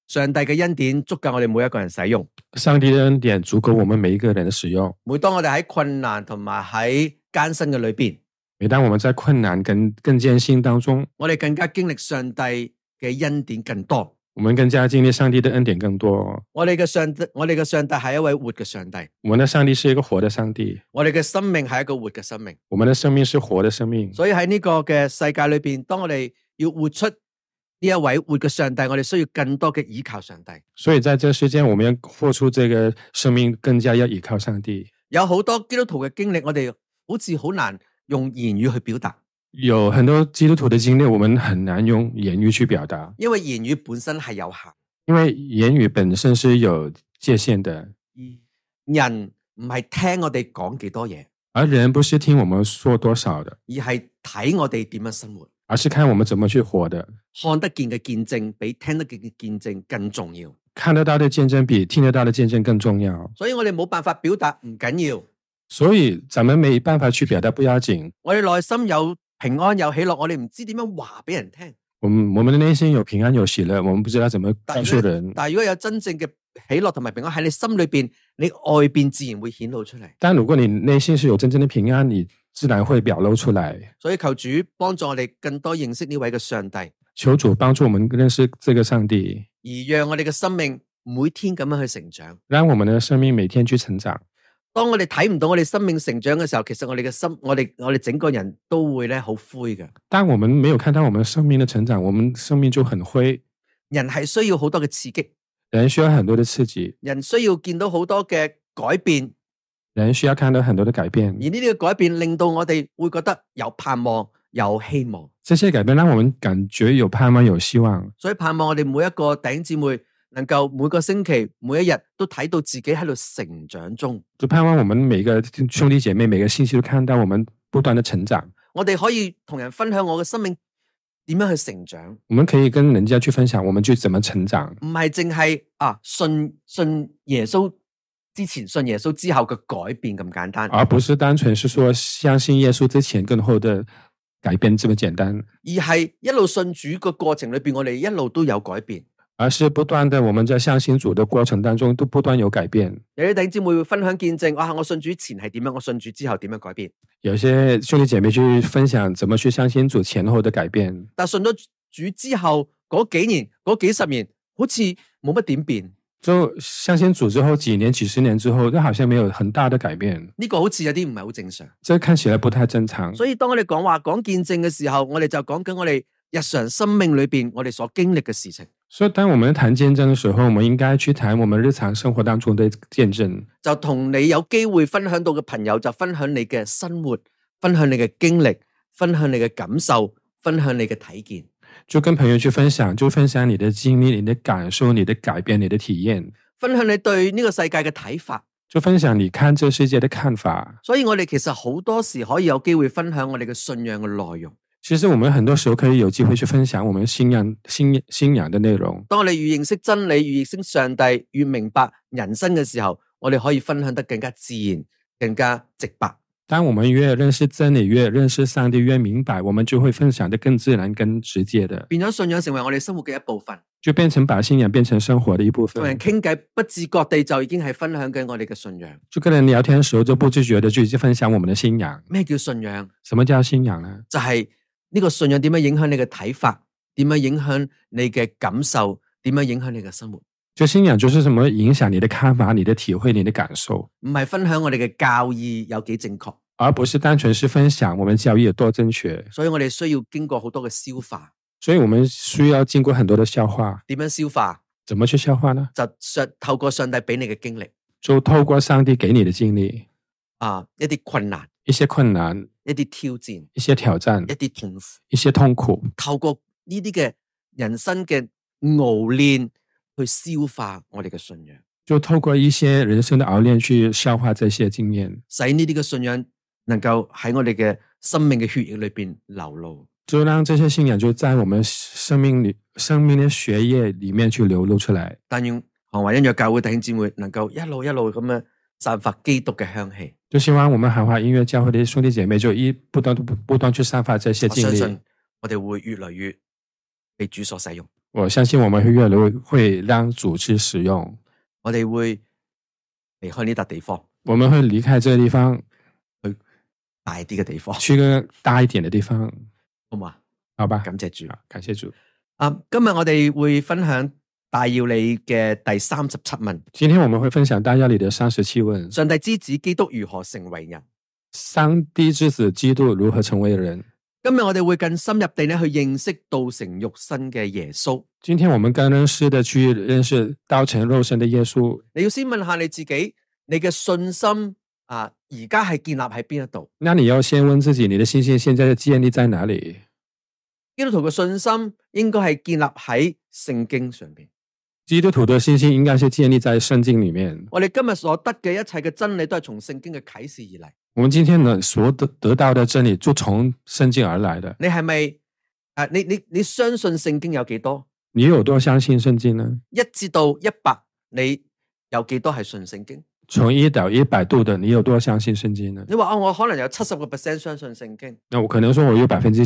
上帝嘅恩典足夠我哋每一個人使用。 上帝的恩典足夠我們每一個人的使用。 每當我哋喺困難同埋喺艱辛嘅裏邊， 每當我們在困難跟艱辛當中， 我哋更加經歷上帝嘅恩典更多。 我們更加經歷上帝的恩典更多。 我哋嘅上帝係一位活嘅上帝。 我們的上帝是一個活的上帝。 我哋嘅生命係一個活嘅生命。 我們的生命是活的生命。 所以喺呢個嘅世界裏邊，當我哋要活出呢一位活嘅上帝，我哋需要更多嘅依靠上帝。 所以在這世間，我們要活出這個生命，更加要依靠上帝。 有好多基督徒嘅經歷，我哋好似好難用言語去表達。 有很多基督徒的經歷，我們很難用言語去表達， 因為言語本身係有限。 因為言語本身是有界限的。 人唔係聽我哋講幾多嘢， 而人不是聽我們說多少的， 而係睇我哋點樣生活， 而是看我們怎麼去活的。 看得見嘅見證比聽得見嘅見證更重要。 看得到的見證比聽得到的見證更重要。 所以我哋冇辦法表達唔緊要， 所以咱們沒辦法去表達不要緊。 我哋內心有平安有喜樂，我哋唔知點樣話俾人聽。 我們的內心有平安有喜樂，我們不知道怎麼告訴人。 但如果有真正嘅喜樂同埋平安喺你心裏邊，你外邊自然會顯露出嚟。 但如果你內心是有真正的平安，你自然會表露出來。 所以求主幫助我哋更多認識呢位嘅上帝。 求主幫助我們認識這個上帝， 而讓我哋嘅生命每天咁樣去成長。 讓我們的生命每天去成長。 當我哋睇唔到我哋生命成長嘅時候，其實我哋嘅心，我哋整個人都會咧好灰嘅。 當我們沒有看到我們生命的成長，我們生命就很灰。 人係需要好多嘅刺激， 人需要很多的刺激， 人需要見到好多嘅改變， 人需要看到很多的改變。 而呢啲嘅改變令到我哋會覺得有盼望、有希望。 這些改變讓我們感覺有盼望、有希望。 所以盼望我哋每一個弟兄姊妹能夠每個星期、每一日都睇到自己喺度成長中。 就盼望我們每個兄弟姐妹每個星期都看到我們不斷的成長。 我哋可以同人分享我嘅生命點樣去成長。 我們可以跟人家去分享，我們去怎麼成長。 唔係淨係信耶穌之前、信耶穌之後嘅改變咁簡單， 而不是單純是說相信耶穌之前跟後的改變這麼簡單， 而係一路信主嘅過程裏邊，我哋一路都有改變。 而是不斷的，我們在相信主的過程當中都不斷有改變。 有啲弟兄姊妹會分享見證，我信主前係點樣，我信主之後點樣改變。 有些兄弟姐妹去分享怎麼去相信主前後的改變。 但信咗主之後嗰幾年、嗰幾十年，好似冇乜點變。 就相信主之後幾年、幾十年之後，都好像沒有很大的改變。 呢個好似有啲唔係好正常。 這看起來不太正常。 所以當我哋講見證嘅時候，我哋就講緊我哋日常生命裏邊我哋所經歷嘅事情。 所以當我們談見證的時候，我們應該去談我們日常生活當中的見證。 就同你有機會分享到嘅朋友，就分享你嘅生活，分享你嘅經歷，分享你嘅感受，分享你嘅體驗。 就跟朋友去分享，就分享你的經歷、你的感受、你的改變、你的體驗， 分享你對呢個世界嘅睇法， 就分享你看這世界的看法。 所以我哋其實好多時可以有機會分享我哋嘅信仰嘅內容。 其實我們很多時候可以有機會去分享我們信仰的內容。當我哋越認識真理，越認識上帝，越明白人生嘅時候，我哋可以分享得更加自然，更加直白。 當我們越認識真理，越認識上帝，越明白，我們就會分享得更自然、更直接的。 變咗信仰成為我哋生活嘅一部分， 就變成把信仰變成生活的一部分。 同人傾偈，不自覺地就已經係分享緊我哋嘅信仰。 就跟人聊天的時候，就不自覺地就已經分享我們的信仰。 咩叫信仰？ 什麼叫信仰呢？ 就係呢個信仰點樣影響你嘅睇法，點樣影響你嘅感受，點樣影響你嘅生活。 就信仰就是什麼影響你的看法、你的體會、你的感受， 唔係分享我哋嘅教義有幾正確， 而不是單純是分享我們教義有多正確。 所以我哋需要經過好多嘅消化。 所以我們需要經過很多的消化。 點樣消化？ 怎麼去消化呢？ 就透過上帝俾你嘅經歷， 就透過上帝給你的經歷一啲困難、 一些困難、 一啲挑戰、 一些挑戰、 一啲痛苦、 一些痛苦， 透過呢啲嘅人生嘅熬練去消化我哋嘅信仰， 就透過一些人生的熬練去消化這些經驗， 使呢啲嘅信仰能夠喺我哋嘅生命嘅血液裏邊流露， 就讓這些信仰就在我們生命的血液裏面去流露出來。 但願韓華恩約教會弟兄姊妹能夠一路一路咁樣散發基督嘅香氣。 就希望我們韓華音樂教會的兄弟姐妹就不斷去散發這些經歷。 我相信我哋會越來越被主所使用。 我相信我们越來越會讓主去使用， 我哋會離開呢笪地方， 我們會離開這個地方， 去大啲嘅地方， 去個大一點的地方， 好嘛？ 好吧？ 感謝主。 感謝主。 今日我哋會分享大要理嘅第37問。 今天我們會分享大要理的37問。 上帝之子基督如何成為人？ 上帝之子基督如何成為人？ 今日我哋會更深入地咧去認識道成肉身嘅耶穌。 今天我們更認識的去認識道成肉身的耶穌。 你要先問下你自己，你嘅信心而家係建立喺邊一度？ 那你要先問自己，你的信心現在建立在哪裏？ 基督徒嘅信心應該係建立喺聖經上邊。 基督徒的信心應該是建立在聖經裏面。 我哋今日所得嘅一切嘅真理都係從聖經嘅啟示而嚟。 我們今天呢所得到的真理就從聖經而來的。 你係咪你相信聖經有幾多？ 你有多相信聖經呢 ？1至到100，你有幾多係信聖經？ 從1到100度的，你有多相信聖經呢？ 你話我可能有70% 相信聖經。 那我可能說我有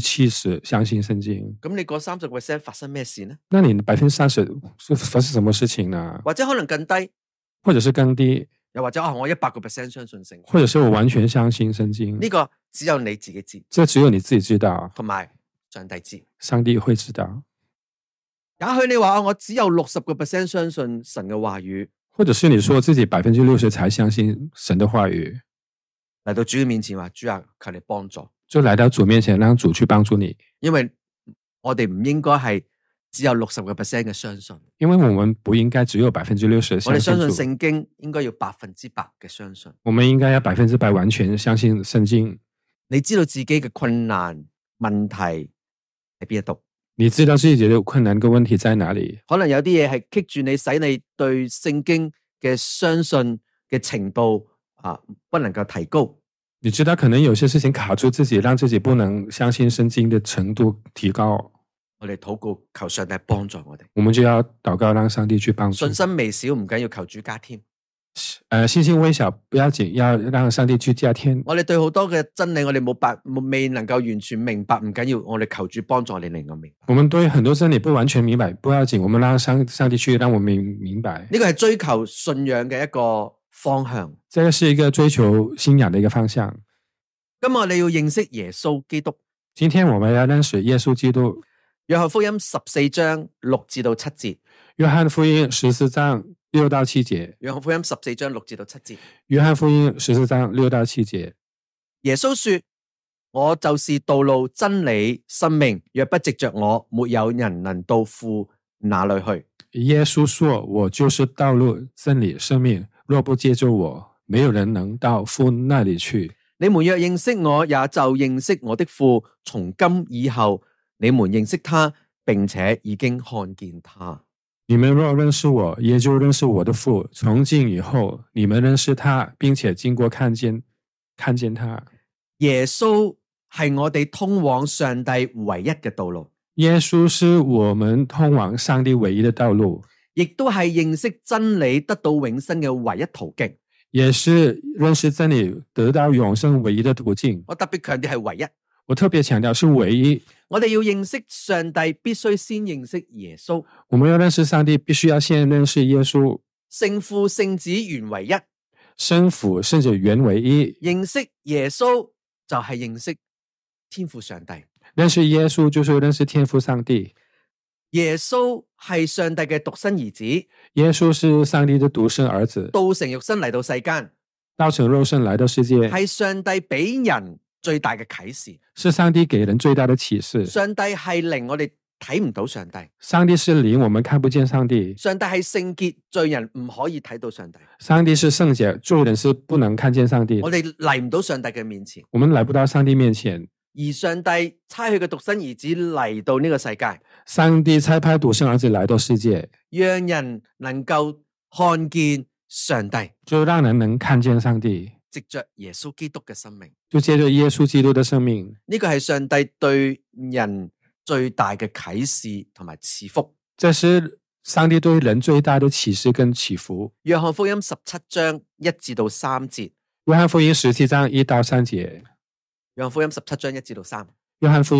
70%相信聖經。 咁你嗰30%發生咩事呢？ 那你30%是發生什麼事情呢？ 或者可能更低， 或者是更低， 又或者我100%相信聖經， 或者是我完全相信聖經。 呢個只有你自己知， 這只有你自己知道， 同埋上帝知。 上帝會知道。 也許你話我只有60%相信神嘅話語。 或者是你說自己60%才相信神的話語， 嚟到主嘅面前話，主啊，求你幫助， 就來到主面前，讓主去幫助你。 因為我哋唔應該係只有60%嘅相信， 因為我們不應該只有60%相信。 我哋相信聖經應該要100%嘅相信。 我們應該要100%完全相信聖經。 你知道自己嘅困難問題喺邊一度？ 你知道自己的困難跟問題在哪裡？ 可能有啲嘢係棘住你，使你對聖經嘅相信嘅程度不能夠提高。 你知道可能有些事情卡住自己，讓自己不能相信聖經的程度提高。 我哋禱告，求上帝幫助我哋。 我們就要禱告，讓上帝去幫助。 信心微小唔緊要，求主加添。 信心微小不要緊，要讓上帝去加添。 我哋對好多嘅真理，我哋未能夠完全明白，唔緊要，我哋求主幫助我哋能夠明白。 我們對很多真理不完全明白，不要緊，我們讓上帝去讓我們明白。 呢個係追求信仰嘅一個方向。 這個是一個追求信仰的一個方向。 今日我哋要認識耶穌基督。 今天我們要認識耶穌基督。 約翰福音14章6至到7節。 約翰福音14章6到7節。 約翰福音14章6至到7節。 約翰福音14章6到7節。 耶穌說：我就是道路、真理、生命，若不藉着我，沒有人能到父那裏去。 耶穌說：我就是道路、真理、生命，若不藉着我，沒有人能到父那裏去。 你們若認識我，也就認識我的父。從今以後，你們認識他，並且已經看見他。 你們若認識我，也就認識我的父。從今以後，你們認識他，並且經過看見他。 耶穌係我哋通往上帝唯一嘅道路。 耶穌是我們通往上帝唯一的道路， 亦都係認識真理得到永生嘅唯一途徑。 也是認識真理得到永生唯一的途徑。 我特別強調係唯一。 我特別強調是唯一。 我哋要認識上帝，必須先認識耶穌。 我們要認識上帝，必須要先認識耶穌。 聖父、聖子原為一。 聖父、聖子原為一。 認識耶穌就係認識天父上帝。 認識耶穌就是認識天父上帝。 耶穌係上帝嘅獨生兒子。 耶穌是上帝的獨生兒子， 道成肉身嚟到世間。 道成肉身來到世界， 係上帝俾人最大嘅啟示。 是上帝給人最大的啟示。 上帝係靈，我哋睇唔到上帝。 上帝是靈，我們看不見上帝。 上帝係聖潔，罪人唔可以睇到上帝。 上帝是聖潔，罪人是不能看見上帝。 我哋嚟唔到上帝嘅面前， 我們來不到上帝面前。 而上帝差佢嘅獨生兒子嚟到呢個世界。 上帝差派獨生兒子來到世界， 讓人能夠看見上帝， 就讓人能看見上帝。 藉着耶穌基督嘅生命， 就借着耶穌基督的生命。 呢個係上帝對人最大嘅啟示同埋賜福。 這是上帝對人最大的啟示跟賜福。 約翰福音17章1至到3節。 約翰福音17章1到3節。 約翰福音17章1至到3。 約翰福音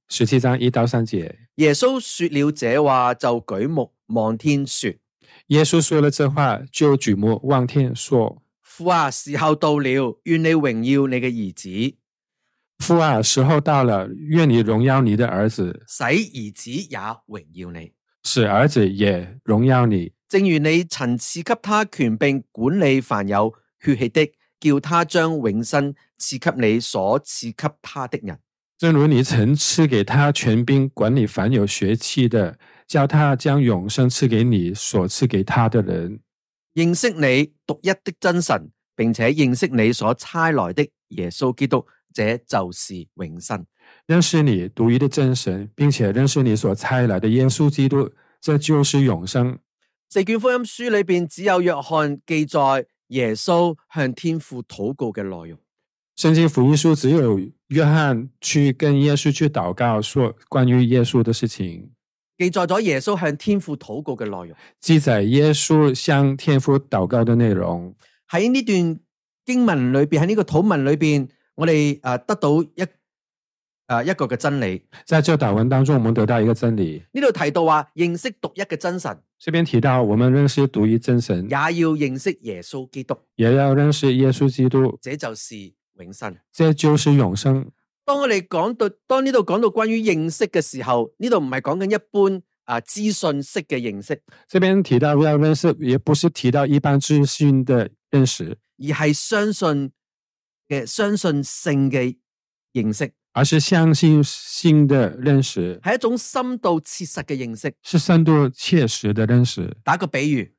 17章1到3節， 耶穌說了這話，就舉目望天說： 耶穌說了這話，就舉目望天說： 父啊，時候到了，願你榮耀你嘅兒子， 父啊，時候到了，願你榮耀你的兒子， 使兒子也榮耀你， 使兒子也榮耀你。 正如你曾賜給他權柄管理凡有血氣的，叫他將永生賜給你所賜給他的人。 正如你曾賜給他權柄管理凡有血氣的，叫他將永生賜給你所賜給他的人。 認識你獨一的真神，並且認識你所差來的耶穌基督，這就是永生。 認識你獨一的真神，並且認識你所差來的耶穌基督，這就是永生。 四卷福音書裏邊只有約翰記載耶穌向天父禱告嘅內容。 聖經福音書只有約翰去跟耶穌去禱告，說關於耶穌的事情， 記載咗耶穌向天父禱告嘅內容， 記載耶穌向天父禱告的內容。 喺呢段經文裏邊，喺呢個禱文裏邊，我哋得到一個嘅真理。 在這禱文當中，我們得到一個真理。 呢度提到話認識獨一嘅真神， 這邊提到我們認識獨一真神， 也要認識耶穌基督， 也要認識耶穌基督， 這就是永生。 這就是永生。 當我哋當呢度講到關於認識嘅時候，呢度唔係講緊一般資訊式嘅認識。 這邊提到要認識，也不是提到一般資訊的認識， 而係相信性嘅認識， 而是相信性的認識， 係一種深度切實嘅認識， 是深度切實的認識。 打個比喻，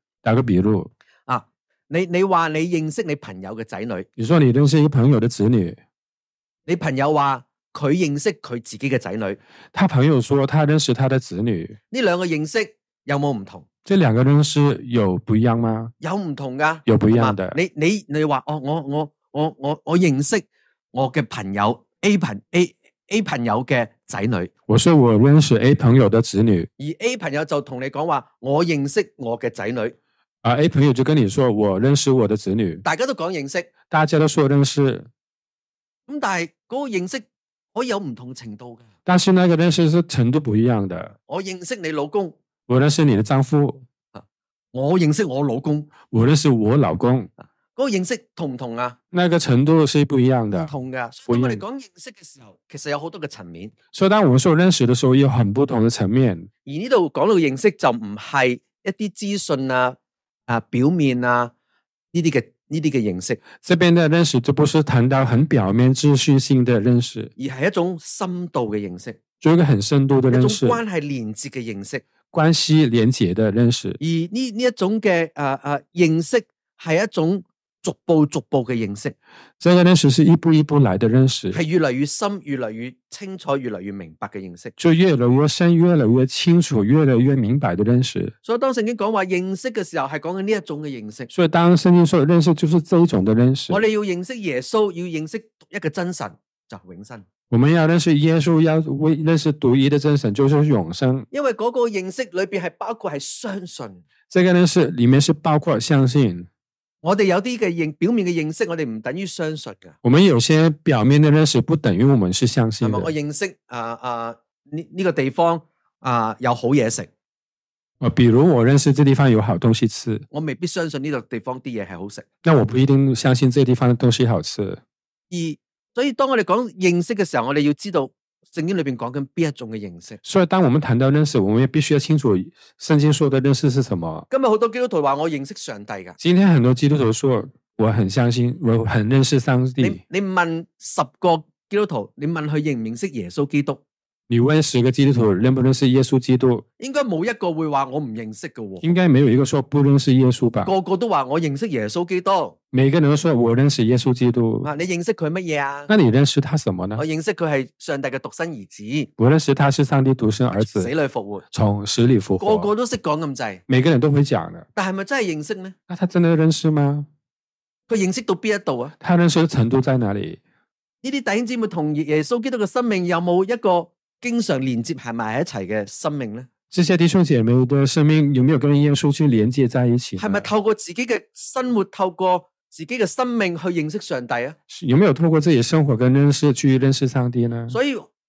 你話你認識你朋友嘅仔女， 你說你認識一個朋友的子女， 你朋友話佢認識佢自己嘅仔女， 他朋友說他認識他的子女， 呢兩個認識有冇唔同？ 這兩個認識有不一樣嗎？ 有唔同噶， 有不一樣的。 你話我認識我嘅朋友 A 朋友嘅仔女， 我說我認識 A 朋友的子女， 而 A 朋友就同你講話我認識我嘅仔女， 而 A 朋友就跟你說我認識我的子女， 大家都講認識， 大家都說認識， 咁但係嗰個認識可以有唔同程度嘅。 但是那個認識是程度不一樣的。 我認識你老公， 我認識你的丈夫， 我認識我老公， 我認識我老公， 嗰個認識同唔同啊？ 那個程度是不一樣的， 唔同噶。所以當我哋講認識嘅時候，其實有好多嘅層面。 所以當我們說認識的時候，有很不同的層面。 而呢度講到認識就唔係一啲資訊表面呢啲嘅認識。 這邊的認識就不是談到很表面資訊性的認識， 而係一種深度嘅認識， 做一個很深度的認識， 一種關係連接嘅認識， 關係連結的認識。 而呢一種嘅認識係一種逐步嘅認識。 這個認識是一步一步來的認識， 係越嚟越深、越嚟越清楚、越嚟越明白嘅認識。 就越來越深、越來越清楚、越來越明白的認識。 所以當聖經講話認識嘅時候，係講緊呢一種嘅認識。 所以當聖經說的認識，就是這一種的認識。 我哋要認識耶穌，要認識獨一嘅真神，就係永生。 我們要認識耶穌，要認識獨一的真神，就是永生。 因為嗰個認識裏邊係包括係相信。 這個認識裏面是包括相信。 我哋有啲嘅表面嘅認識，我哋唔等於相信嘅。 我們有些表面的認識不等於我們是相信的。 我認識呢個地方有好嘢食。 比如我認識這地方有好東西吃， 我未必相信呢個地方啲嘢係好食。 但我不一定相信這地方的東西好吃。 所以當我哋講認識嘅時候，我哋要知道聖經裏邊講緊邊一種嘅認識。 所以當我們談到認識，我們也必須要清楚聖經說的認識是什麼。 今日好多基督徒話我認識上帝㗎。 今天很多基督徒說我很相信，我很認識上帝。 你問10個基督徒，你問佢認唔認識耶穌基督？ 你問10個基督徒認不認識耶穌基督？ 應該冇一個會話我唔認識嘅。 應該沒有一個說不認識耶穌吧？ 個個都話我認識耶穌基督。 每個人都說我認識耶穌基督。 你認識佢乜嘢啊？ 那你認識他什麼呢？ 我認識佢係上帝嘅獨生兒子。 我認識他是上帝獨生兒子， 死裏復活， 從死裏復活。 個個都識講咁滯， 每個人都會講的。 但係咪真係認識呢？ 那他真的認識嗎？ 佢認識到邊一度啊？ 他認識的程度在哪裏？ 呢啲弟兄姊妹同耶穌基督嘅生命有冇一個經常連接係埋喺一齊嘅生命呢？ 這些弟兄姐妹的生命有沒有跟耶穌去連接在一起？ 係咪透過自己嘅生活，透過自己嘅生命去認識上帝啊？ 有沒有透過自己生活跟認識去認識上帝呢？ 所以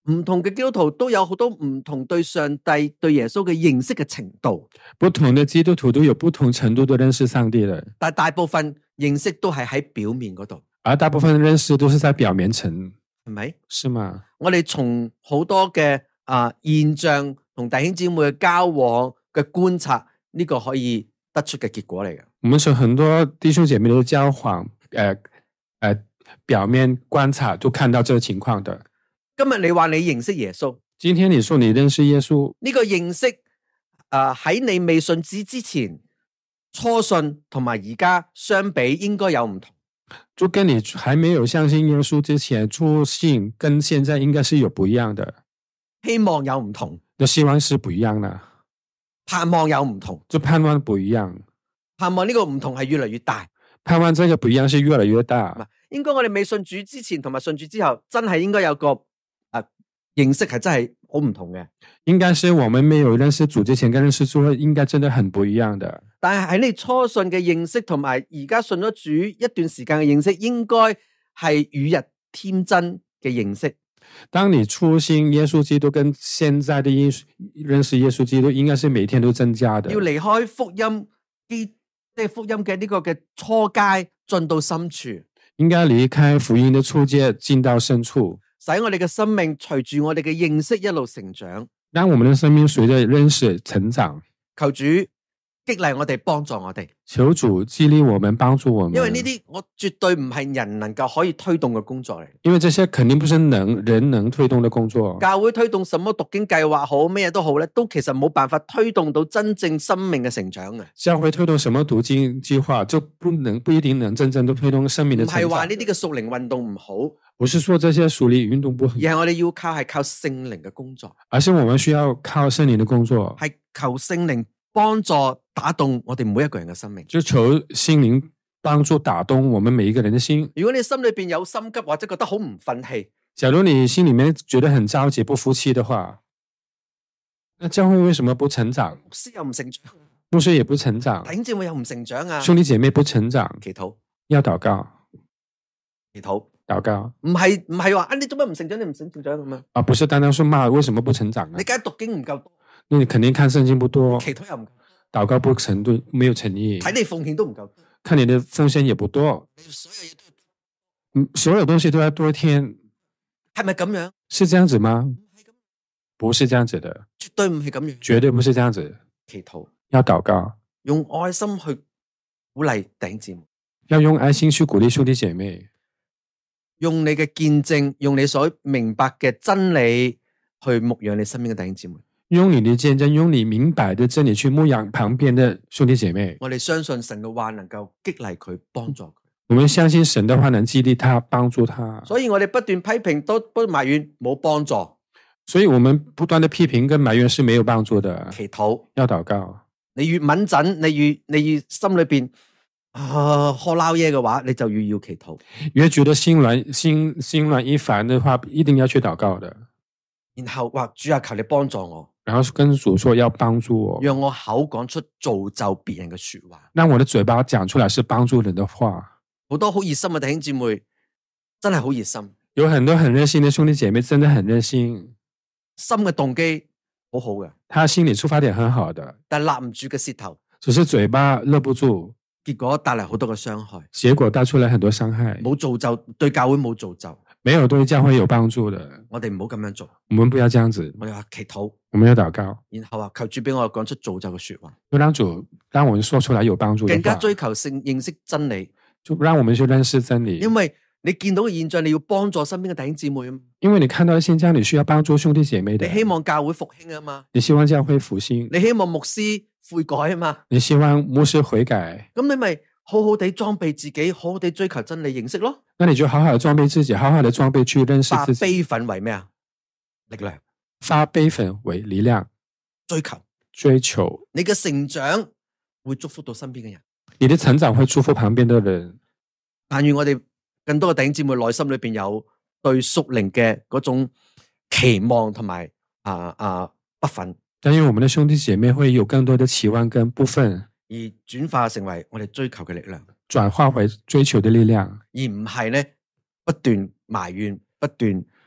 唔同嘅基督徒都有好多唔同對上帝、對耶穌嘅認識嘅程度， 不同的基督徒都有不同程度的認識上帝的， 但大部分認識都係喺表面嗰度， 而大部分的認識都是在表面層， 係咪？ 是嗎？ 我哋從好多嘅現象同弟兄姊妹嘅交往嘅觀察，呢個可以得出嘅結果嚟嘅。 我們從很多弟兄姐妹的交往，表面觀察就看到這個情況的。 今日你話你認識耶穌， 今天你說你認識耶穌， 呢個認識喺你未信主之前，初信同埋而家相比應該有唔同。 就跟你還沒有相信耶穌之前，初信跟現在應該是有不一樣的。 希望有唔同， 的希望是不一樣的。 盼望有唔同， 就盼望不一樣。 盼望呢個唔同係越嚟越大。 盼望這個不一樣是越來越大。 應該我哋未信主之前同埋信主之後，真係應該有個認識係真係好唔同嘅。 應該是我們沒有認識主之前跟認識主後，應該真的很不一樣的。 但係喺你初信嘅認識同埋而家信咗主一段時間嘅認識，應該係與日添增嘅認識。 當你初信耶穌基督跟現在的認識耶穌基督，應該是每天都增加的。 要離開福音即係福音嘅呢個嘅初階，進到深處。 應該離開福音的初階，進到深處， 使我哋嘅生命隨住我哋嘅認識一路成長。 讓我們的生命隨着認識成長。 求主激勵我哋，幫助我哋。 求主激勵我們，幫助我們。 因為呢啲我絕對唔係人能夠可以推動嘅工作嚟。 因為這些肯定不是人能推動的工作。 教會推動什麼讀經計劃好，咩都好咧，都其實冇辦法推動到真正生命嘅成長嘅。 教會推動什麼讀經計劃，就不一定能真正都推動生命的成長。 唔係話呢啲嘅屬靈運動唔好， 不是說這些屬靈運動不好， 而係我哋要靠聖靈嘅工作， 而是我們需要靠聖靈的工作， 係求聖靈幫助打動我哋每一個人嘅生命， 就求聖靈幫助打動我們每一個人的心。 如果你心裏邊有心急或者覺得好唔忿氣， 假如你心裏面覺得很着急不服氣的話，那教會為什麼不成長？ 牧師又唔成長， 牧師也不成長， 弟兄姊妹又唔成長啊！ 兄弟姐妹不成長， 祈禱， 要禱告， 祈禱， 禱告， 唔係話你做乜唔成長？你唔成長咁樣啊？不是單單說罵，為什麼不成長啊？ 你梗係讀經唔夠多， 那你肯定看聖經不多， 祈禱又唔夠， 禱告不成對，沒有誠意， 睇你奉獻都唔夠， 看你的奉獻也不多，所有東西都要多添， 係咪咁樣？ 是這樣子嗎？不是這樣子的， 絕對唔係咁樣， 絕對不是這樣子。 祈禱， 要禱告， 用愛心去鼓勵弟兄姊妹， 要用愛心去鼓勵兄弟姐妹， 用你嘅見證，用你所明白嘅真理去牧養你身邊嘅弟兄姊妹。 用你的見證，用你明白的真理去牧養旁邊的兄弟姐妹。 我哋相信神嘅話能夠激勵佢，幫助佢。 我們相信神的話能激勵他，幫助他。 所以我哋不斷批評，都埋怨，冇幫助。 所以我們不斷的批評跟埋怨是沒有幫助的。 祈禱， 要禱告。 你越敏感，你越心裏邊呵撈嘢嘅話，你就越要祈禱。 越覺得心亂意煩的話，一定要去禱告的。 然後話主啊，求你幫助我。 然後跟主說要幫助我， 讓我口講出造就別人嘅說話， 讓我的嘴巴講出來是幫助人的話。 好多好熱心嘅弟兄姊妹真係好熱心， 有很多很熱心的兄弟姐妹真的很熱心， 心嘅動機好好嘅， 他心理出發點很好的， 但係立唔住嘅舌頭， 只是嘴巴勒不住， 結果帶嚟好多嘅傷害， 結果帶出來很多傷害， 冇造就，對教會冇造就， 沒有對教會有幫助的。 我哋唔好咁樣做， 我們不要這樣子， 我哋話祈禱， 我們要禱告， 然後話求主俾我講出造就嘅說話， 就讓主讓我們說出來有幫助的話， 更加追求認識真理， 就讓我們去認識真理。 因為你見到嘅現象，你要幫助身邊嘅弟兄姊妹啊嘛， 因為你看到的現象，你需要幫助兄弟姐妹的， 你希望教會復興啊嘛， 你希望教會復興， 你希望牧師悔改啊嘛， 你希望牧師悔改， 咁你咪好好地裝備自己，好好地追求真理認識咯。 那你就好好的裝備自己，好好的裝備去認識自己。 化悲憤為咩啊？力量。 發悲憤為力量。追求。 你嘅成長會祝福到身邊嘅人。 你的成長會祝福旁邊的人。 但願我哋更多嘅弟兄姊妹內心裏邊有對屬靈嘅嗰種期望同埋不忿。 但願我們的兄弟姐妹會有更多的期望跟不忿， 而轉化成為我哋追求嘅力量。 轉化為追求的力量， 而唔係咧不斷埋怨、不斷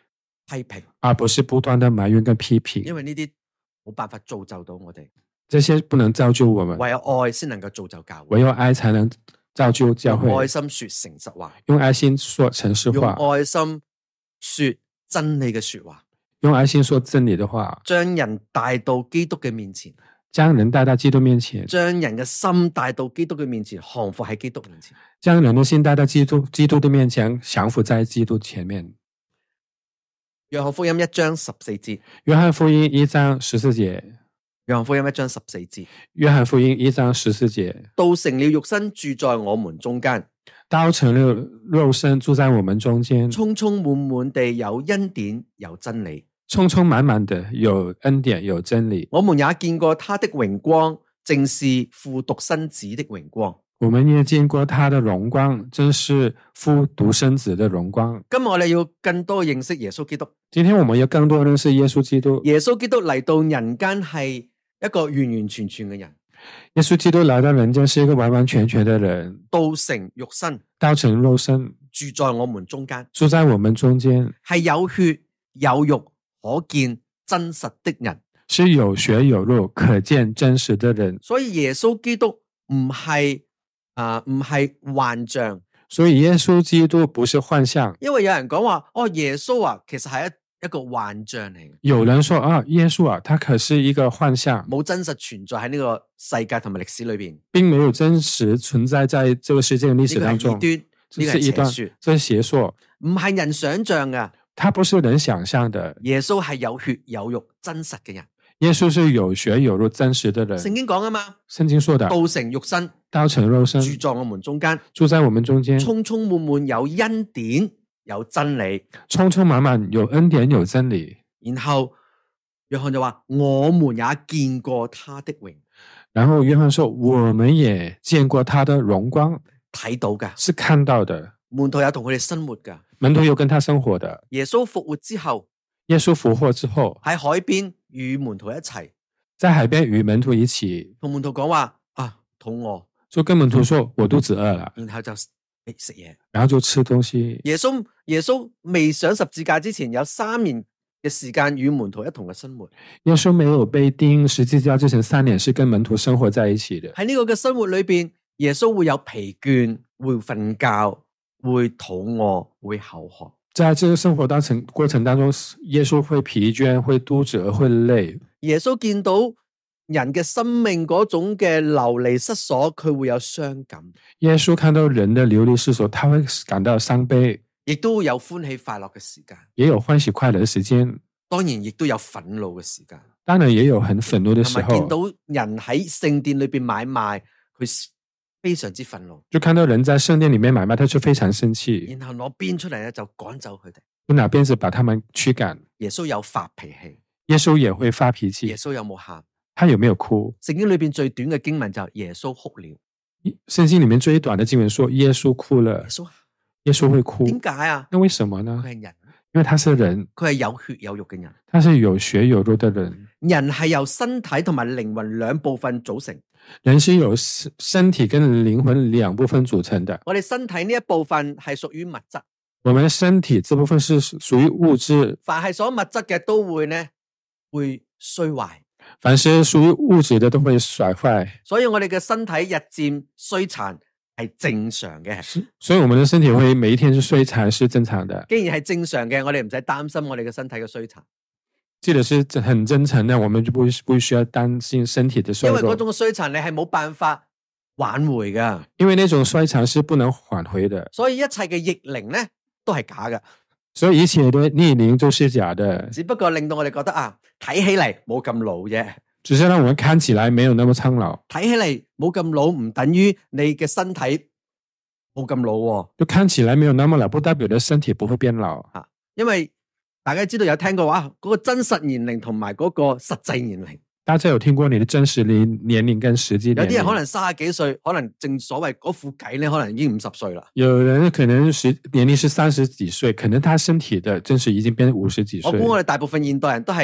批評， 而不是不断的埋怨跟批因評。 為呢啲冇辦法造就到我哋， 這些不能造就我們， 唯有愛先能夠造就教會， 唯有愛才能造就教用愛會。 心說誠實話， 用愛心說誠實用話， 愛心說真理嘅說話， 用愛心說真理的話， 將人帶到基督嘅面前， 將人帶到基督面前， 將人嘅心帶到基督嘅面前，降服喺基督面前。 將人的心帶到基督的面前，降服在基督前面。 約翰福音1章14節， 約翰福音1章14節， 約翰福音1章14節， 約翰福音1章14節， 道成了肉身住在我們中間， 道成了肉身住在我們中間， 充充滿滿地有恩典有真理。 充充滿滿的有恩典有真理。 我們也見過他的榮光，正是父獨生子的榮光。 我們也見過他的榮光，正是父獨生子的榮光。 今日我哋要更多認識耶穌基督。 今天我們要更多認識耶穌基督。 耶穌基督嚟到人間係一個完完全全嘅人， 耶穌基督來到人間是一個完完全全的人， 道成肉身， 道成肉身， 住在我們中間， 住在我們中間， 係有血有肉可見真實的人， 是有血有肉可見真實的人。 所以耶穌基督唔係幻象。 所以耶穌基督不是幻象。 因為有人講話耶穌啊，其實係一個幻象嚟， 有人說耶穌啊，他可是一個幻象， 冇真實存在喺呢個世界同埋歷史裏邊， 並沒有真實存在在這個世界的歷史當中。 呢個係異端，呢個係邪說， 這是邪說， 唔係人想象噶。 他不是人想象的。 耶穌係有血有肉真實嘅人， 耶穌是有血有肉真實的人。 聖經講啊嘛， 聖經說的， 道成肉身， 道成肉身， 住在我們中間， 住在我們中間， 充充滿滿有恩典有真理， 充充滿滿有恩典有真理。 然後約翰就話：我們也見過他的榮。 然後約翰說：我們也見過他的榮光， 睇到噶， 是看到的。 門徒有同佢哋生活噶， 門徒有跟他生活的。 耶穌復活之後， 耶穌復活之後， 喺海邊與門徒一齊， 在海邊與門徒一起， 同門徒講話肚餓， 就跟門徒說：我肚子餓了， 然後就食嘢， 然後就吃東西。 耶穌未上十字架之前，有3年嘅時間與門徒一同嘅生活。 耶穌沒有被釘十字架之前3年是跟門徒生活在一起的。 喺呢個嘅生活裏邊，耶穌會有疲倦，會瞓覺，會肚餓，會口渴。 在這個生活過程當中，耶穌會疲倦，會肚子餓，會累。 耶穌見到人嘅生命嗰種嘅流離失所，佢會有傷感。 耶穌看到人的流離失所，他會感到傷悲， 亦都會有歡喜快樂嘅時間， 也有歡喜快樂的時間。 當然亦都有憤怒嘅時間。 當然也有很憤怒的時候。 見到人喺聖殿裏邊買賣，佢非常之憤怒。 就看到人在聖殿裏面買賣，他就非常生氣， 然後攞鞭出嚟咧，就趕走佢哋， 就拿鞭子把他們驅趕。 耶穌有發脾氣， 耶穌也會發脾氣。 耶穌有冇喊？ 他有沒有哭？ 聖經裏邊最短嘅經文就係耶穌哭了。 聖經裏面最短的經文說耶穌哭了。耶穌會哭。 點解啊？ 那為什麼呢？ 佢係人， 因為他是人， 佢係有血有肉嘅人。 他是有血有肉的人。 人係由身體同埋靈魂2部分組成。 人是由身體跟靈魂2部分組成的。 我哋身體呢一部分係屬於物質， 我們身體這部分是屬於物質。 凡係所物質嘅都會衰壞。 凡是屬於物質的都會衰壞。 所以我哋嘅身體日漸衰殘係正常嘅。 所以我們的身體會每一天是衰殘是正常的。 既然係正常嘅，我哋唔使擔心我哋嘅身體嘅衰殘。 記得是很真誠的，我們就不需要擔心身體的衰弱。 因為嗰種衰殘你係冇辦法挽回噶。 因為那種衰殘是不能挽回的。 所以一切嘅逆靈咧都係假嘅。 所以一切的逆靈都是假的。 只不過令到我哋覺得睇起嚟冇咁老啫。 只是讓我們看起來沒有那麼蒼老。 睇起嚟冇咁老唔等於你嘅身體冇咁老喎。 就看起來沒有那麼老，不代表你的身體不會變老。 因為大家知道有聽過話嗰個真實年齡同埋嗰個實際年齡。 大家有聽過你的真實年齡跟實際年齡？ 有啲人可能30幾歲，可能正所謂嗰副計咧，可能已經50歲啦。 有人可能年齡是30幾歲，可能他身體的真實已經變50幾歲。 我估我哋大部分現代人都係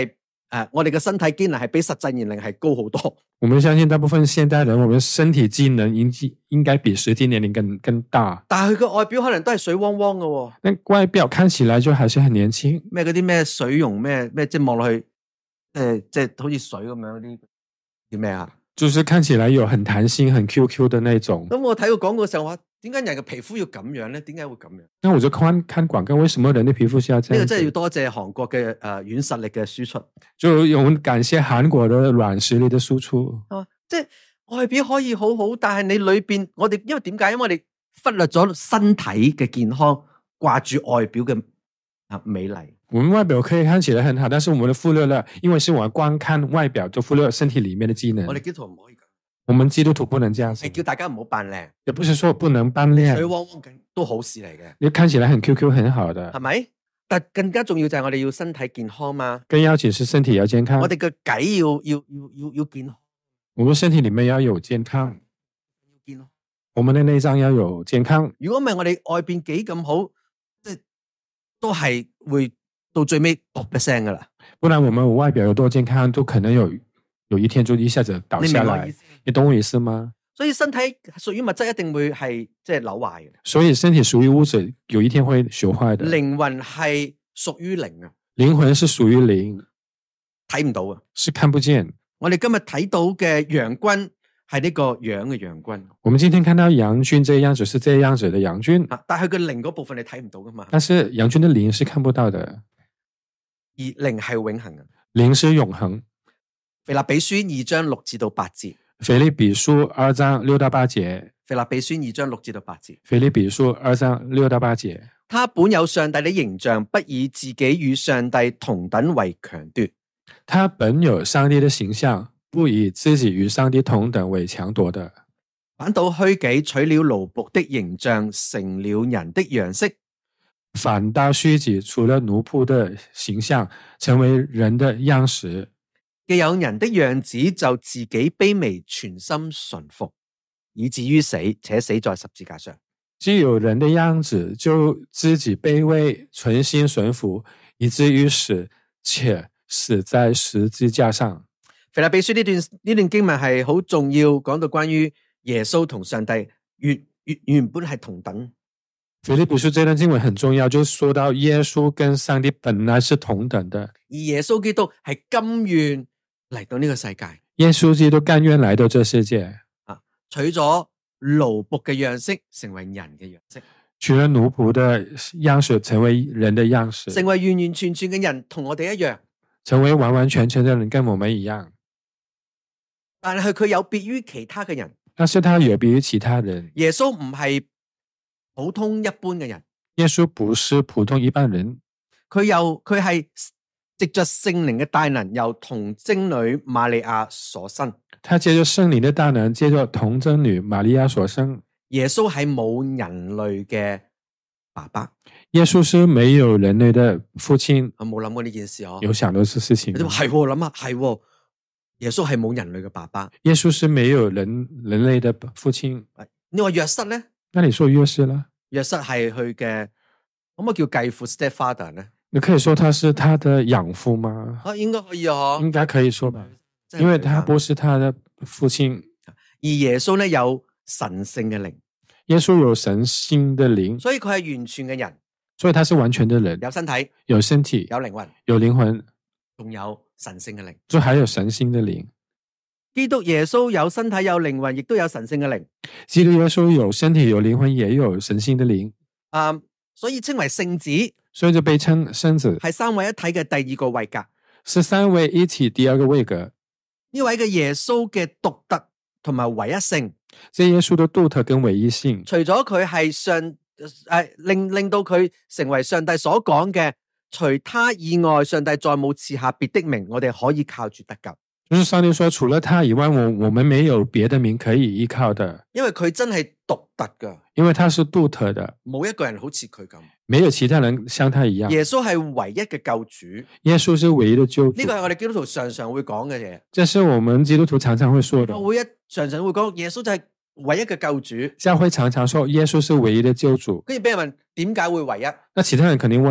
我哋嘅身體機能係比實際年齡係高好多。 我們相信大部分現代人，我們身體機能應該比實際年齡更大。 但係佢嘅外表可能都係水汪汪嘅喎。 但外表看起來就還是很年輕。 咩嗰啲咩水溶咩，即係望落去，即係好似水咁樣嗰啲叫咩啊？ 就是看起來有很彈性、很 QQ 的那種。 咁我睇個廣告嘅時候話，點解人嘅皮膚要咁樣咧？點解會咁樣？ 那我就看廣告，為什麼人的皮膚是要這樣？ 呢個真係要多謝韓國嘅軟實力嘅輸出。 就我們感謝韓國的軟實力的輸出。 即係外表可以好好，但係你裏邊我哋因為點解？因為我哋忽略咗身體嘅健康，掛住外表嘅美麗。 我們外表可以看起來很好，但是我們忽略了，因為是我們光看外表，就忽略了身體裏面的機能。 我哋基督徒唔可以咁。 我們基督徒不能這樣子。 係叫大家唔好扮靚， 也不是說不能扮靚。 水汪汪都好事嚟嘅。 你看起來很 QQ 很好的， 係咪？但更加重要就係我哋要身體健康嘛。 更要緊是身體要健康。 我哋嘅計要健康。 我們身體裏面要有健康。我們的內臟要有健康。 如果唔係我哋外邊幾咁好，即係都係會到最尾噥一聲噶啦。 不然我們外表有多健康，都可能有一天就一下子倒下來。你懂我意思嗎？ 所以身體屬於物質，一定會係即係朽壞嘅。 所以身體屬於物質，有一天會朽壞的。 靈魂係屬於靈啊。 靈魂是屬於靈， 睇唔到啊， 是看不見。 我哋今日睇到嘅陽君係呢個樣嘅陽君。 我們今天看到陽君這樣子，是這樣子的陽君。 但係佢靈嗰部分你睇唔到噶嘛？ 但是陽君的靈是看不到的， 而靈係永恆嘅。 靈是永恆。 腓立比書2章6至到8節。 腓立比書2章6到8節。 腓立比書2章6至到8節。 腓立比書2章6到8節。 他本有上帝的形象，不以自己與上帝同等為強奪。 他本有上帝的形象，不以自己與上帝同等為強奪的， 反倒虛己，取了奴僕的形象，成了人的樣式。 反倒虛己，除了奴僕的形象，成為人的樣式。 既有人的樣子，就自己卑微，全心順服，以至於死，且死在十字架上。 既有人的樣子，就自己卑微，存心順服，以至於死，且死在十字架上。 腓立比書呢段經文係好重要，講到關於耶穌同上帝原本係同等。 腓立比書這段經文很重要，就說到耶穌跟上帝本來是同等的， 而耶穌基督係甘願嚟到呢個世界。 耶穌基督甘願來到這世界， 取咗奴僕嘅樣式，成為人嘅樣式。 取了奴僕的樣式，成為人的樣式， 成為完完全全嘅人，同我哋一樣。 成為完完全全的人，跟我們一樣。 但係佢有別於其他嘅人， 但是他有別於其他人。 耶穌唔係普通一般嘅人， 耶穌不是普通一般人， 佢係藉着聖靈嘅大能，由童貞女瑪利亞所生。 他借着聖靈的大能，借着童貞女瑪利亞所生。 耶穌係冇人類嘅爸爸， 耶穌是沒有人類的父親。 我冇諗過呢件事哦， 有想到這事情， 係諗下係，耶穌係冇人類嘅爸爸。 耶穌是沒有人類的父親。 你話約瑟咧？ 那你說約瑟啦？ 約瑟係佢嘅，可唔可以叫繼父 stepfather 咧？ 你可以說他是他的養父嗎？ 應該可以啊， 應該可以說吧，因為他不是他的父親。 而耶穌咧有神聖嘅靈， 耶穌有神性的靈， 所以佢係完全嘅人， 所以他是完全的人， 有身體， 有身體， 有靈魂， 有靈魂， 仲有神聖嘅靈， 就還有神性的靈。 基督耶穌有身體有靈魂，亦都有神聖嘅靈。 基督耶穌有身體有靈魂，也有神性的靈。 所以稱為聖子， 所以就被稱聖子， 係三位一體嘅第二個位格， 是三位一體第二個位格。 呢位嘅耶穌嘅獨特同埋唯一性， 這耶穌的獨特跟唯一性， 除咗佢係令到佢成為上帝所講嘅，除他以外，上帝再冇賜下別的名，我哋可以靠住得救。 就是上帝說，除了他以外，我們沒有別的名可以依靠的。 因為佢真係獨特噶， 因為他是獨特的， 冇一個人好似佢咁， 沒有其他人像他一樣。 耶穌係唯一嘅救主， 耶穌是唯一的救主。 呢個係我哋基督徒常常會講嘅嘢。 這是我們基督徒常常會說的。 教會常常會講耶穌就係唯一嘅救主。 教會常常說耶穌是唯一的救主。 跟住俾人問點解會唯一？ 那其他人肯定問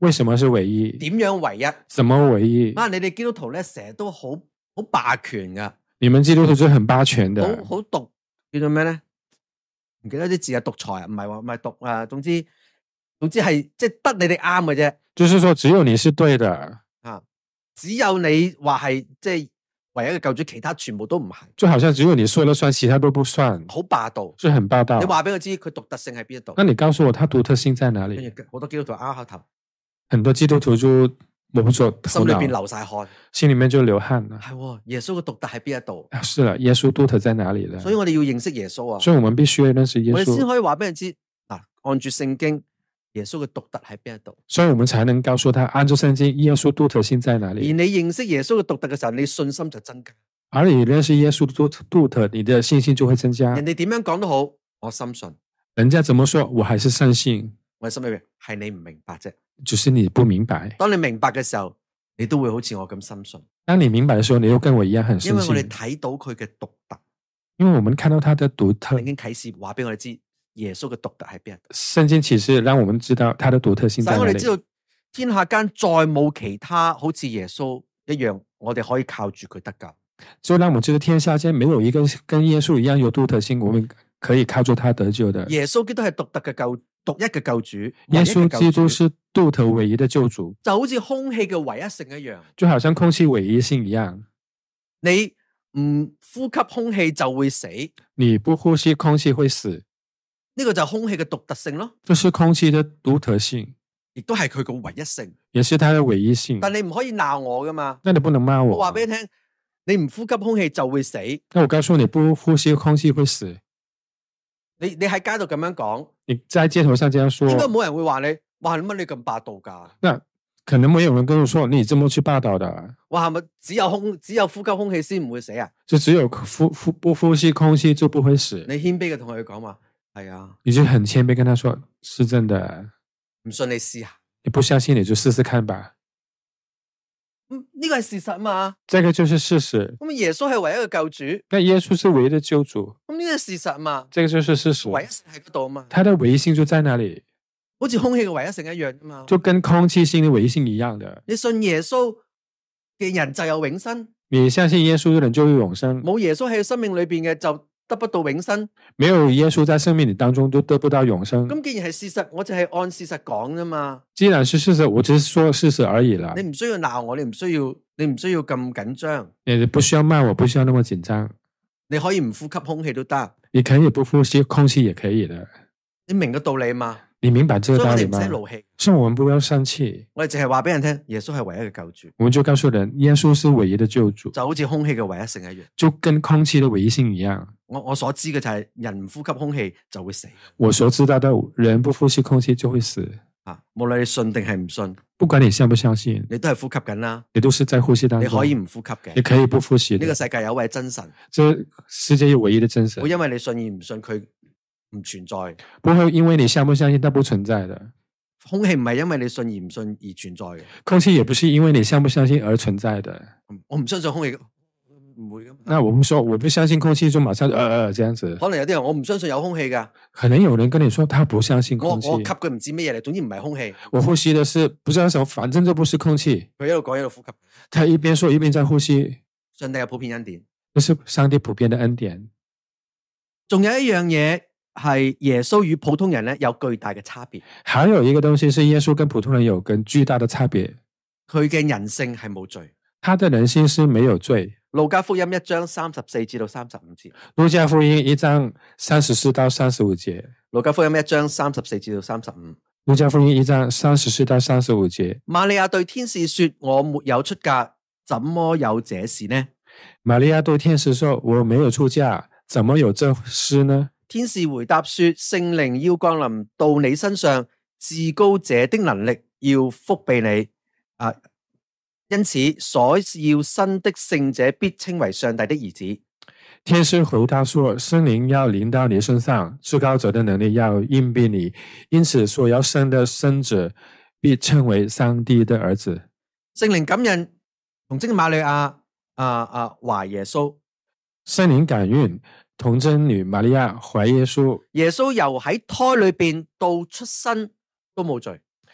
為什麼是唯一？ 點樣唯一？ 怎麼唯一？ 你哋基督徒咧成日都好霸權噶， 你們基督徒就很霸權的， 好獨，叫做咩咧？唔記得啲字啊，獨裁啊，唔係獨啊，總之係即係得你哋啱嘅啫。 就是說只有你是對的啊，只有你話係即係唯一嘅救主，其他全部都唔係。 就好像只有你說了算，其他都不算， 好霸道， 是很霸道。 你話俾我知佢獨特性喺邊一度？ 那你告訴我，它獨特性在哪裡？ 跟住好多基督徒拗下頭， 很多基督徒就摸不着頭心裏邊腦， 流晒汗。 心裡面就流汗了。 係耶穌嘅獨特喺邊一度？ 是了，耶穌獨特在哪裡呢？ 所以我哋要認識耶穌啊！ 所以我們必須要認識耶我哋先穌， 可以話俾人知嗱，按住聖經，耶穌嘅獨特喺邊一度？ 所以我們才能告訴他，按照聖經，耶穌獨特性在哪而裡？ 你認識耶穌嘅獨特嘅時候，你信心就增加。 而你認識耶穌的獨特，你的信心就會增加。 人哋點樣講都好，我深信。 人家怎麼說，我還是深信。 我心裏邊係你唔明白啫。 只是你不明白。 當你明白嘅時候，你都會好似我咁深信。 當你明白的時候，你又跟我一樣很深信。 因為我哋睇到佢嘅獨特， 因為我們看到他的獨特。 聖經啟示話俾我哋知，耶穌嘅獨特喺邊一度。 聖經啟示讓我們知道他的獨特性在哪裡。 使我哋知道天下間再冇其他好似耶穌一樣，我哋可以靠住佢得救。 就讓我們知道天下間沒有一個跟耶穌一樣有獨特性，我們可以靠住他得救的。 耶穌基督係獨一嘅救主， 耶穌基督是獨特唯一的救主， 就好似空氣嘅唯一性一樣， 就好像空氣唯一性一樣。 你唔呼吸空氣就會死， 你不呼吸空氣會死， 呢個就係空氣嘅獨特性咯。 這是空氣的獨特性， 亦都係佢嘅唯一性， 也是它的唯一性。 但你唔可以鬧我噶嘛？ 那你不能罵我。 我話俾你聽，你唔呼吸空氣就會死。 那我告訴你，不呼吸空氣會死。 你喺街度咁樣講， 你在街頭上這樣說， 應該冇人會話你，哇，乜你咁霸道噶？ 那可能沒有人跟我說你這麼去霸道的。 哇，係咪只有呼吸空氣先唔會死啊？ 就只有不呼吸空氣就不會死。 你謙卑嘅同佢講話，係啊， 你就很謙卑跟他說，是真的。 唔信你試下， 你不相信你就試試看吧。 呢個係事實嘛？ 這個就是事實。 咁耶穌係唯一嘅救主， 那耶穌是唯一的救主， 咁呢個係事實嘛？ 這個就是事實。 唯一性喺嗰度嘛？ 它的唯一性就在那裡， 好似空氣嘅唯一性一樣啫嘛？ 就跟空氣性的唯一性一樣的。 你信耶穌嘅人就有永生， 你相信耶穌的人就有永生， 冇耶穌喺生命裏邊嘅就得不到永生。 沒有耶穌在生命裏當中都得不到永生。 咁既然係事實，我就係按事實講啫嘛。 既然是事實，我只是說事實而已啦。 你唔需要鬧我，你唔需要咁緊張。 你不需要罵我，不需要那麼緊張。 你可以唔呼吸空氣都得， 你可以不呼吸空氣也可以的。 你明個道理嘛？ 你明白這個道理嗎？ 所以我哋唔使怒氣， 是我們不要生氣， 我哋淨係話俾人聽，耶穌係唯一嘅救主， 我們就告訴人，耶穌是唯一的救主， 就好似空氣嘅唯一性一樣， 就跟空氣的唯一性一樣。 我所知嘅就係人唔呼吸空氣就會死。 我所知道的人不呼吸空氣就會死。 啊，無論你信定係唔信， 不管你相不相信， 你都係呼吸緊啦。 你都是在呼吸當中。 你可以唔呼吸嘅， 你可以不呼吸的。 呢個世界有位真神， 這世界有唯一的真神。 會因為你信而唔信佢唔存在， 不會因為你相不相信它不存在的。 空氣唔係因為你信而唔信而存在嘅， 空氣也不是因為你相不相信而存在的。 我唔相信空氣，唔會噶。 那我們說我不相信空氣，就馬上這樣子。 可能有啲人我唔相信有空氣噶， 可能有人跟你說他不相信空氣， 我吸佢唔知乜嘢嚟，總之唔係空氣。 我呼吸的是不知道什麼，反正就不是空氣。 佢一路講一路呼吸， 他一邊說一邊在呼吸。 上帝有普遍恩典， 這是上帝普遍的恩典。 仲有一樣嘢係耶穌與普通人咧有巨大嘅差別。 還有一個東西是耶穌跟普通人有跟巨大的差別， 佢嘅人性係冇罪。 他的人性是沒有罪。 路加福音1章34至到35節。 路加福音1章34到35節。 路加福音1章34至到35。 路加福音1章34到35節。 瑪利亞對天使說：我沒有出嫁，怎麼有這事呢？ 瑪利亞對天使說：我沒有出嫁，怎麼有這事呢？ 天使回答說：聖靈要降臨到你身上，至高者的能力要覆庇你。因此所要生的聖者必稱為上帝的兒子。 天使回答說：聖靈要臨到你身上，至高者的能力要蔭庇你。因此所要生的聖者必稱為上帝的兒子。 聖靈感孕，童貞瑪利亞懷耶穌。 聖靈感孕，童貞女瑪利亞懷耶穌。 耶穌由喺胎裏邊到出生都冇罪。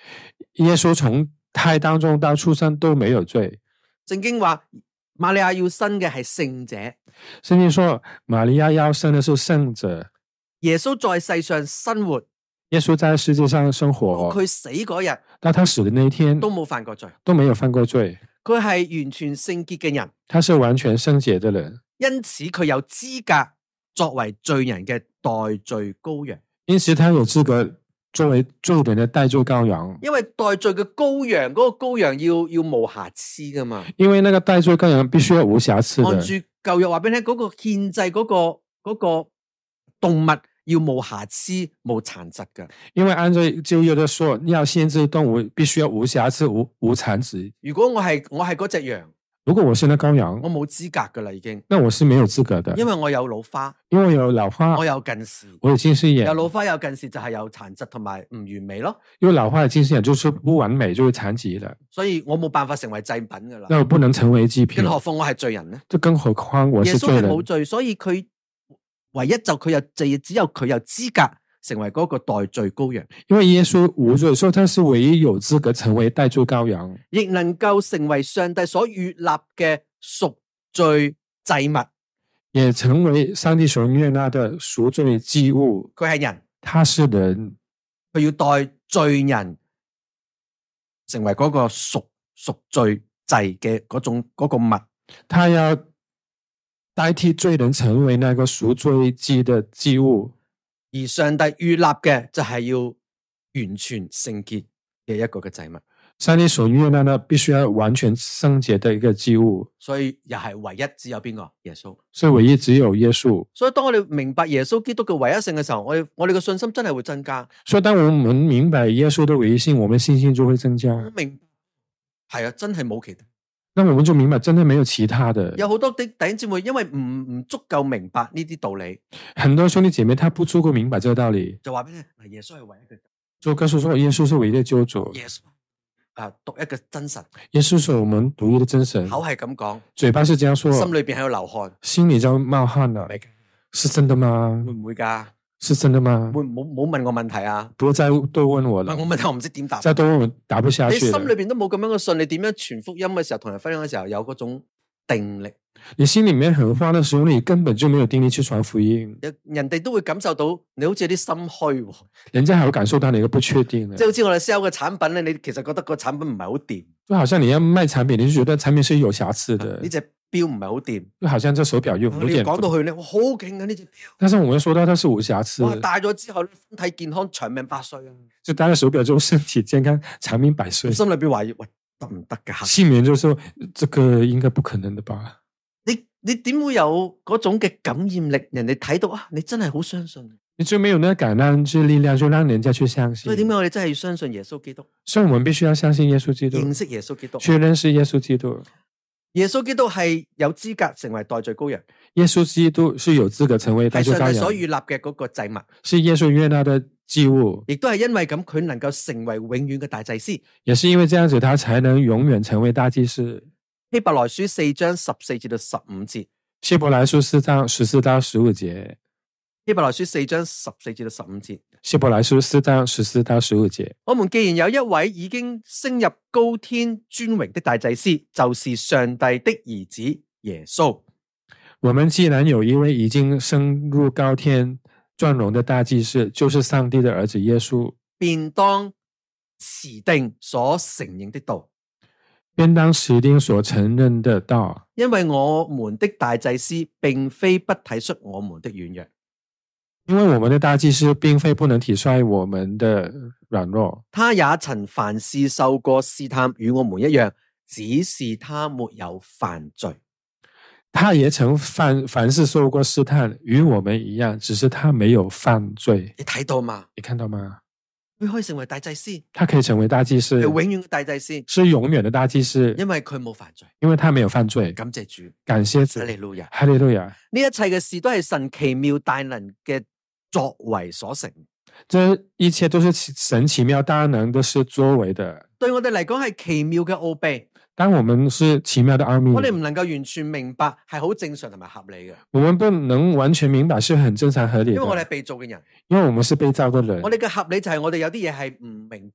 耶穌從胎當中到出生都沒有罪。 聖經話瑪利亞要生嘅係聖者， 聖經說瑪利亞要生的是聖者。 耶穌在世上生活， 耶穌在世界上生活， 佢死嗰日到他死的那一天都冇犯過罪， 都沒有犯過罪。 佢係完全聖潔嘅人， 他是完全聖潔的人， 因此佢有資格作為罪人嘅代罪羔羊。 因此他有資格作為罪人的代罪羔羊。 因為代罪嘅羔羊，嗰個羔羊要無瑕疵噶嘛。 因為那個代罪羔羊必須要無瑕疵的。 按住舊約話俾你聽，嗰個獻祭嗰個動物要無瑕疵、無殘疾噶。 因為按照舊約的說，要獻祭動物必須要無瑕疵、無殘疾。 如果我係嗰隻羊， 如果我是那羔羊， 我冇資格噶啦，已經。 那我是沒有資格的， 因為我有老花， 因為我有老花， 我有近視， 我有近視眼。 有老花有近視就係有殘疾同埋唔完美咯。 有老花有近視眼就是不完美，就是殘疾的。 所以我冇辦法成為祭品噶啦。 那我不能成為祭品。 更何況我係罪人呢？ 就更何況我是罪人。 耶穌係冇罪，所以佢唯一就佢只有佢有資格成為嗰個代罪羔羊。 因為耶穌無罪，所以他是唯一有資格成為代罪羔羊， 亦能夠成為上帝所悅納嘅贖罪祭物， 也成為上帝所悅納的贖罪祭物。 佢係人， 他是人， 佢要代罪人成為嗰個贖罪祭嘅嗰個物， 他要代替罪人成為那個贖罪祭的祭物。 而上帝悅納嘅就係要完全聖潔嘅一個嘅祭物。 上帝所悅納的必須要完全聖潔的一個祭物， 所以又係唯一只有邊個？耶穌。 所以唯一只有耶穌。 所以當我哋明白耶穌基督嘅唯一性嘅時候，我哋嘅信心真係會增加。 所以當我們明白耶穌的唯一性，我們信心就會增加。 明係啊，真係冇其他。 那我們就明白，真的沒有其他的。 有好多啲弟兄姊妹，因為唔足夠明白呢啲道理， 很多兄弟姐妹他不足夠明白這個道理， 就話俾你聽，耶穌係唯一嘅， 就告訴說耶穌是唯一的救主， 耶穌獨一嘅真神， 耶穌是我們獨一的真神。 口係咁講， 嘴巴是這樣說， 心裏邊喺度流汗， 心裏就冒汗了，是真的嗎？ 會唔會㗎？ 是真的嗎？ 會冇問我問題啊？ 不要再多問我了。 問我問題我唔知點答。 再多問我答不下去。 你心裏邊都冇咁樣嘅信，你點樣傳福音嘅時候，同人分享嘅時候有嗰種定力？ 你心裏面很慌的時候，你根本就沒有定力去傳福音。 人哋都會感受到你好似有啲心虛， 人家還會感受到你一個不確定。 即係好似我哋 sell 嘅產品咧，你其實覺得個產品唔係好掂。 就好像你要賣產品，你就覺得產品是有瑕疵的。 呢隻錶唔係好掂， 就好像這手錶有點。 講到去咧，哇，好勁啊呢隻錶！ 但是我們說到它是無瑕疵。 哇，戴咗之後身體健康，長命百歲啊！ 就戴咗手錶之後，身體健康，長命百歲。 心裏邊懷疑，喂，得唔得噶？ 心裏面就說，這個應該不可能的吧？ 你點會有嗰種嘅感染力？人哋睇到啊，你真係好相信。 你就沒有那個感染之力量，就讓人家去相信。 所以點解我哋真係要相信耶穌基督？ 所以我們必須要相信耶穌基督， 認識耶穌基督， 去認識耶穌基督。 耶穌基督係有資格成為代罪羔羊。 耶穌基督是有資格成為代罪羔羊， 係上帝所預立嘅嗰個祭物， 是耶穌悅納的祭物。 亦都係因為咁，佢能夠成為永遠嘅大祭司。 也是因為這樣子，他才能永遠成為大祭司。 希伯來書4章14至到15節。 希伯來書4章14到15節。 希伯來書4章14至到15節。 希伯來書4章14到15節。 我們既然有一位已經升入高天尊榮的大祭司，就是上帝的兒子耶穌。 我們既然有一位已經升入高天尊榮的大祭司，就是上帝的兒子耶穌， 便當持定所承認的道。 便當持定所承認的道。 因為我們的大祭司並非不體恤我們的軟弱， 因為我們的大祭司並非不能體恤我們的軟弱， 他也曾凡事受過試探，與我們一樣，只是他沒有犯罪。 他也曾凡事受過試探，與我們一樣，只是他沒有犯罪。 你睇到嗎？ 你看到嗎？ 佢可以成為大祭司， 他可以成為大祭司， 係永遠嘅大祭司， 是永遠的大祭司， 因為佢冇犯罪， 因為他沒有犯罪。 感謝主， 感謝主， 哈利路亞， 哈利路亞。 呢一切嘅事都係神奇妙大能嘅作為所成， 這一切都是神奇妙大能的是作為的， 對我哋嚟講係奇妙嘅奧秘。 當我們是奇妙的奧秘， 我哋唔能夠完全明白，係好正常同埋合理嘅。 我們不能完全明白是很正常合理的， 因為我哋係被造嘅人， 因為我們是被造的人。 我哋嘅合理就係我哋有啲嘢係唔明白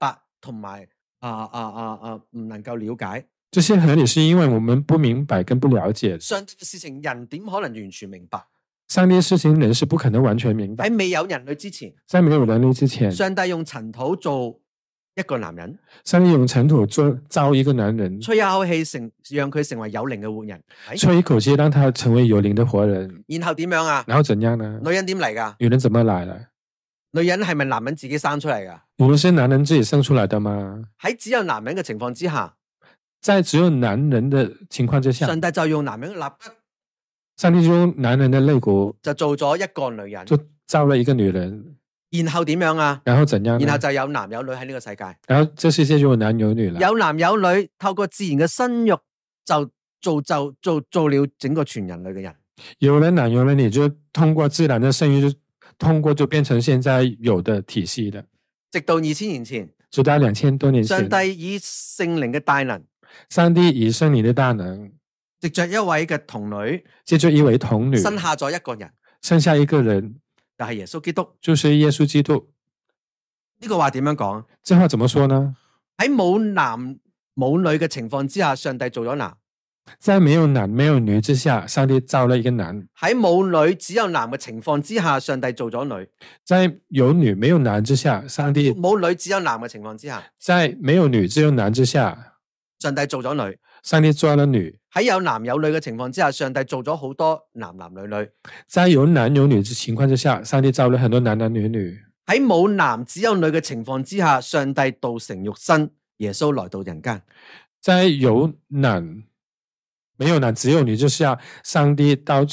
同埋唔能夠了解。 这些合理是因为我们不明白跟不了解。 上帝嘅事情，人點可能完全明白？ 上帝的事情人是不可能完全明白。 喺未有人類之前， 在没有人类之前， 上帝用塵土做一個男人， 上帝用尘土造一个男人， 吹一口氣讓佢成為有靈嘅活人。 吹一口气让他成为有灵的活人。 然後點樣啊？ 然后怎样呢？ 女人點嚟㗎？ 女人怎么来了？ 女人係咪男人自己生出嚟㗎？ 女人是男人自己生出来的嗎？ 喺只有男人嘅情況之下， 在只有男人的情况之下， 上帝就用男人嘅肋骨上帝就用男人的肋骨就做咗一個女人， 就造了一个女人。 然後點樣啊？ 然后怎样呢？ 然後就有男有女喺呢個世界， 然后这世界就有男有女了。 有男有女，透過自然嘅生育就做了整個全人類嘅人。 有了男有了女，就通过自然的生育，就变成现在有的体系的。 直到2000年前， 直到2000多年前， 上帝以聖靈嘅大能， 上帝以聖靈的大能， 藉着一位嘅童女， 借着一位童女， 生下咗一個人， 生下一個人， 就係耶穌基督。 就是耶穌基督。 呢個話點樣講？ 這話怎麼說呢？ 喺冇男冇女嘅情況之下，上帝做咗男。 在沒有男沒有女之下，上帝造了一個男。 喺冇女只有男嘅情況之下，上帝做咗女。 在有女沒有男之下，上帝冇女只有男嘅情況之下， 在沒有女只有男之下， 上帝做咗女。 上帝做了女。 喺有男有女嘅情況之下，上帝做咗好多男男女女。 在有男有女之情況之下，上帝造了很多男男女女。 喺冇男只有女嘅情況之下，上帝道成肉身，耶穌來到人間。 在有男沒有男只有女之下，上帝道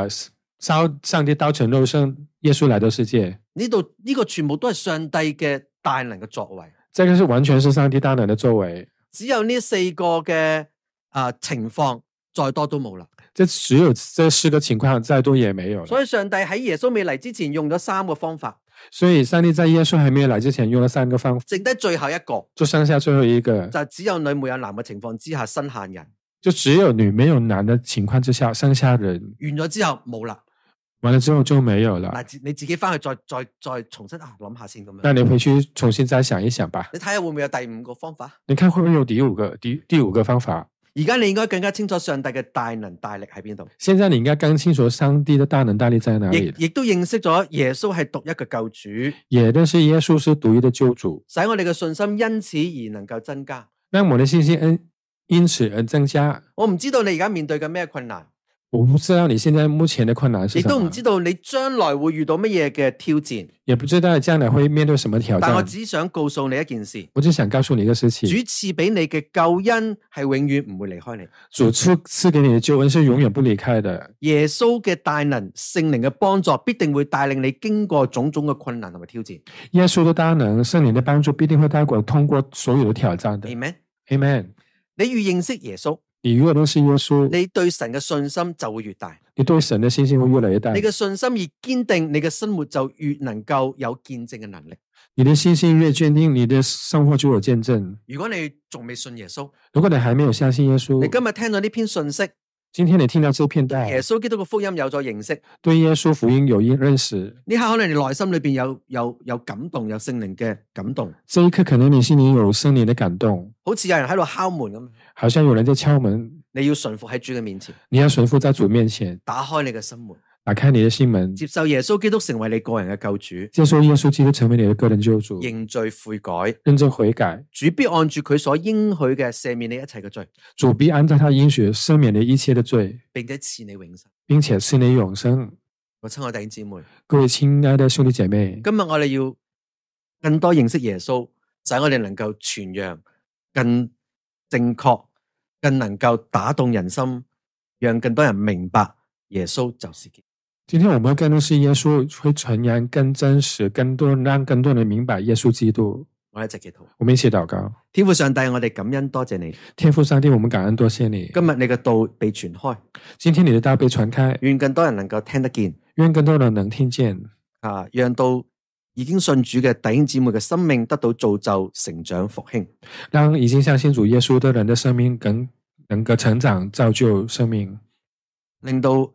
成肉身，耶穌來到世界。 呢個全部都係上帝嘅大能嘅作為。 這個是完全是上帝大能的作為。 只有呢4個嘅情況，再多都冇啦。 這只有這4個情況，再多也沒有了。 所以上帝喺耶穌未嚟之前用咗3個方法。 所以上帝在耶穌還沒有來之前用了3個方法， 剩低最後一個， 就剩下最後一個， 就只有女沒有男嘅情況之下生下人， 就只有女沒有男的情況之下生下人。 完咗之後冇啦， 完了之後就沒有了。 嗱，你自己翻去再重新諗下先咁樣。 那你回去重新再想一想吧。 你睇下會唔會有第5個方法？ 你看會不會有第五個方法？ 而家你應該更加清楚上帝嘅大能大力喺邊度。 現在你應該更清楚上帝的大能大力在哪裡， 亦都認識咗耶穌係獨一嘅救主， 也認識耶穌是獨一的救主， 使我哋嘅信心因此而能夠增加。 讓我的信心因此而增加。 我唔知道你而家面對緊咩困難， 我不知道你現在目前的困難是什麼， 亦都唔知道你將來會遇到乜嘢嘅挑戰， 也不知道將來會面對什麼挑戰。 但我只想告訴你一件事， 我只想告訴你一個事情， 主賜俾你嘅救恩係永遠唔會離開你。 主賜給你的救恩是永遠不離開的。 耶穌嘅大能、聖靈嘅幫助必定會帶領你經過種種嘅困難同埋挑戰。 耶穌的大能、聖靈的幫助必定會帶我通過所有的挑戰的。 Amen。 Amen。 你越認識耶穌， 你越認識耶穌， 你對神嘅信心就會越大。 你對神的信心會越來越大。 你嘅信心越堅定，你嘅生活就越能夠有見證嘅能力。 你的信心越堅定，你的生活就有見證。 如果你仲未信耶穌， 如果你還沒有相信耶穌， 你今日聽到呢篇信息， 今天你聽到這片段， 耶穌基督嘅福音有咗認識， 對耶穌福音有認識， 呢刻可能你內心裏邊有感動，有聖靈嘅感動。 這一刻可能你心裡有聖靈的感動， 好似有人喺度敲門咁， 好像有人在敲門， 你要順服喺主嘅面前， 你要順服在主面前， 打開你嘅心門， 打開你的心門， 接受耶穌基督成為你個人嘅救主， 接受耶穌基督成為你的個人救主， 認罪悔改， 認真悔改， 主必按住佢所應許嘅赦免你一切嘅罪， 主必按照他應許赦免你一切的罪， 並且賜你永生， 並且賜你永生。 我親愛弟兄姊妹， 各位親愛的兄弟姐妹， 今日我哋要更多認識耶穌，使我哋能夠傳揚更正確，更能夠打動人心，讓更多人明白耶穌就是基督。 今天我們更認識耶穌，會傳揚更真實，讓更多人明白耶穌基督。 我哋一齊祈禱， 我們一起禱告。 天父上帝，我哋感恩多謝你。 天父上帝，我們感恩多謝你。 今日你嘅道被傳開， 今天你的道被傳開， 願更多人能夠聽得見， 願更多人能聽見， 讓到已經信主嘅弟兄姊妹嘅生命得到造就、成長、復興， 讓已經相信主耶穌的人的生命更能夠成長、造就生命， 令到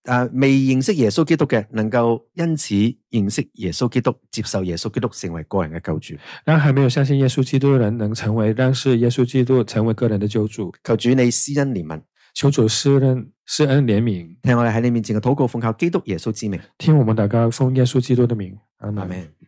未認識耶穌基督嘅，能夠因此認識耶穌基督，接受耶穌基督成為個人嘅救主。 讓還沒有相信耶穌基督的人能成為認識耶穌基督成為個人的救主。 求主你施恩憐憫， 求主施恩憐憫， 聽我哋喺你面前嘅禱告，奉靠基督耶穌之名。 聽我們禱告，奉耶穌基督的名，阿阿們。 們。